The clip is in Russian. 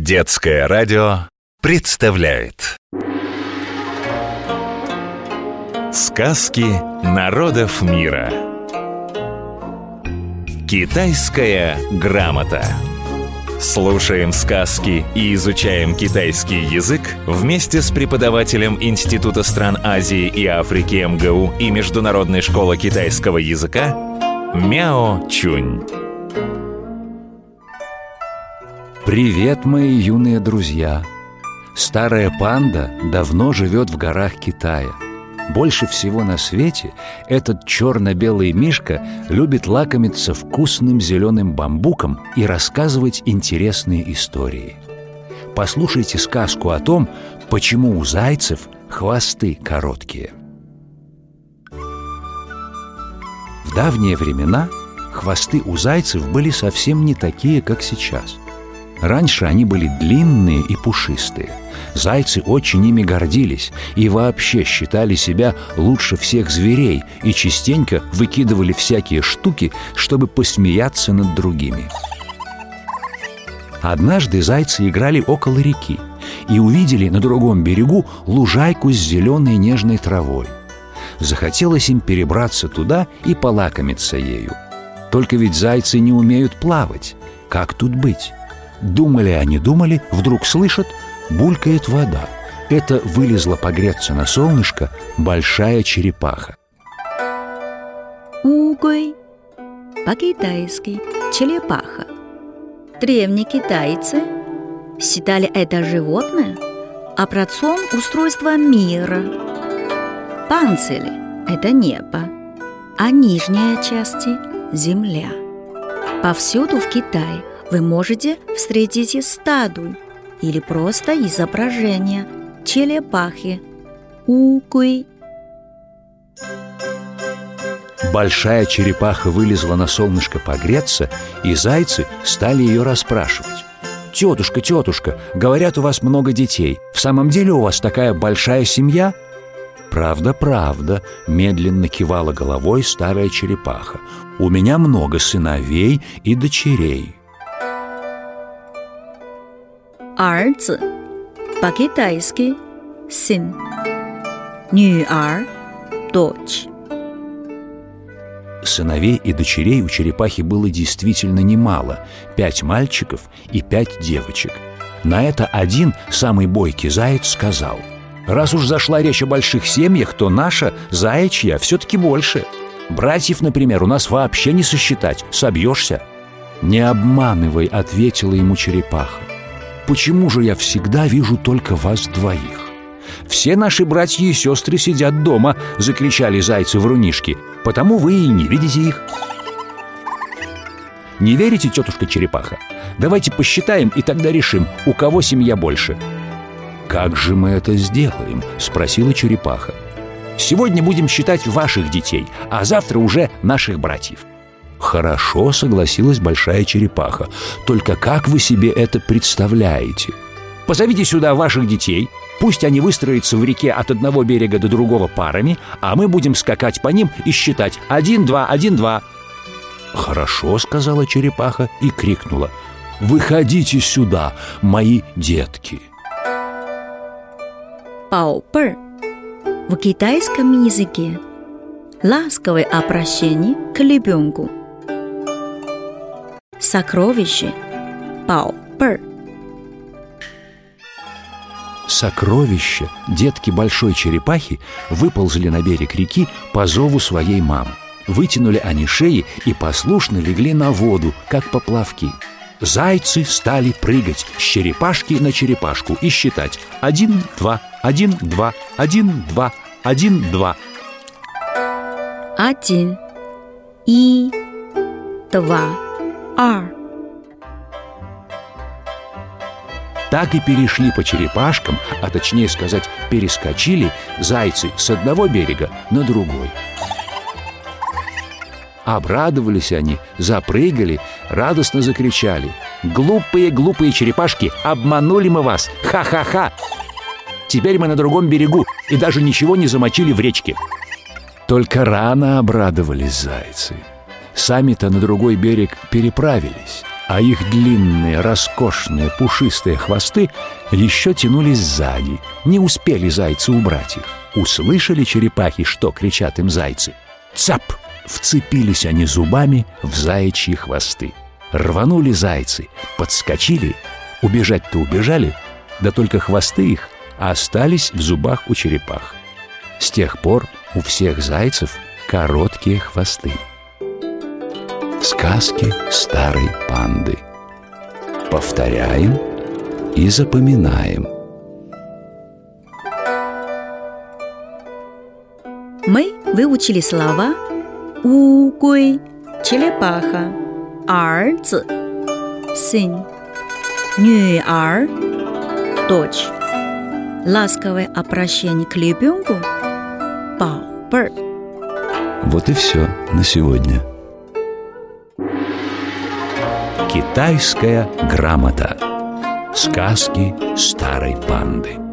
Детское радио представляет сказки народов мира. Китайская грамота. Слушаем сказки и изучаем китайский язык вместе с преподавателем Института стран Азии и Африки МГУ и Международной школы китайского языка Мяо Чунь. Привет, мои юные друзья! Старая панда давно живет в горах Китая. Больше всего на свете этот черно-белый мишка любит лакомиться вкусным зеленым бамбуком и рассказывать интересные истории. Послушайте сказку о том, почему у зайцев хвосты короткие. В давние времена хвосты у зайцев были совсем не такие, как сейчас. Раньше они были длинные и пушистые. Зайцы очень ими гордились и вообще считали себя лучше всех зверей и частенько выкидывали всякие штуки, чтобы посмеяться над другими. Однажды зайцы играли около реки и увидели на другом берегу лужайку с зеленой нежной травой. Захотелось им перебраться туда и полакомиться ею. Только ведь зайцы не умеют плавать. Как тут быть? Думали они, думали, вдруг слышат, булькает вода. Это вылезла погреться на солнышко большая черепаха. Угой, по-китайски черепаха. Древние китайцы считали это животное образцом устройства мира. Панцирь – это небо, а нижняя часть – земля. Повсюду в Китае вы можете встретить статую или просто изображение черепахи угой. Большая черепаха вылезла на солнышко погреться, и зайцы стали ее расспрашивать. «Тетушка, тетушка, говорят, у вас много детей. В самом деле у вас такая большая семья?» «Правда, правда», — медленно кивала головой старая черепаха. «У меня много сыновей и дочерей». 儿子 по-китайски сын, 女儿 дочь. Сыновей и дочерей у черепахи было действительно немало: 5 мальчиков и 5 девочек. На это один, самый бойкий заяц, сказал: «Раз уж зашла речь о больших семьях, то наша, заячья, все-таки больше. Братьев, например, у нас вообще не сосчитать, собьешься». «Не обманывай», — ответила ему черепаха. «Почему же я всегда вижу только вас двоих?» «Все наши братья и сестры сидят дома», — закричали зайцы-врунишки, «потому вы и не видите их». «Не верите, тетушка черепаха? Давайте посчитаем и тогда решим, у кого семья больше». «Как же мы это сделаем?» — спросила черепаха. «Сегодня будем считать ваших детей, а завтра уже наших братьев». «Хорошо», — согласилась большая черепаха. «Только как вы себе это представляете?» «Позовите сюда ваших детей, пусть они выстроятся в реке от одного берега до другого парами, а мы будем скакать по ним и считать 1, 2, 1, 2». «Хорошо», — сказала черепаха и крикнула: «Выходите сюда, мои детки!» 宝贝儿 в китайском языке ласковое обращение к ребенку. Сокровище, 宝贝儿. Сокровища, детки большой черепахи, выползли на берег реки по зову своей мамы. Вытянули они шеи и послушно легли на воду, как поплавки. Зайцы стали прыгать с черепашки на черепашку и считать 1, 2, 1, 2, 1, 2, 1, 2. 1, 1, 2, 2. Так и перешли по черепашкам, а точнее сказать, перескочили зайцы с одного берега на другой. Обрадовались они, запрыгали, радостно закричали: «Глупые, глупые черепашки, обманули мы вас! Ха-ха-ха! Теперь мы на другом берегу и даже ничего не замочили в речке». Только рано обрадовались зайцы. Сами-то на другой берег переправились, а их длинные, роскошные, пушистые хвосты еще тянулись сзади. Не успели зайцы убрать их. Услышали черепахи, что кричат им зайцы. Цап! Вцепились они зубами в заячьи хвосты. Рванули зайцы, подскочили. Убежать-то убежали, да только хвосты их остались в зубах у черепах. С тех пор у всех зайцев короткие хвосты. Сказки старой панды. Повторяем и запоминаем. Мы выучили слова «乌龟», «черепаха», «儿子», «сын», «女儿», «дочь». Ласковое обращение к ребенку «宝贝儿». Вот и все на сегодня. Китайская грамота. Сказки старой панды.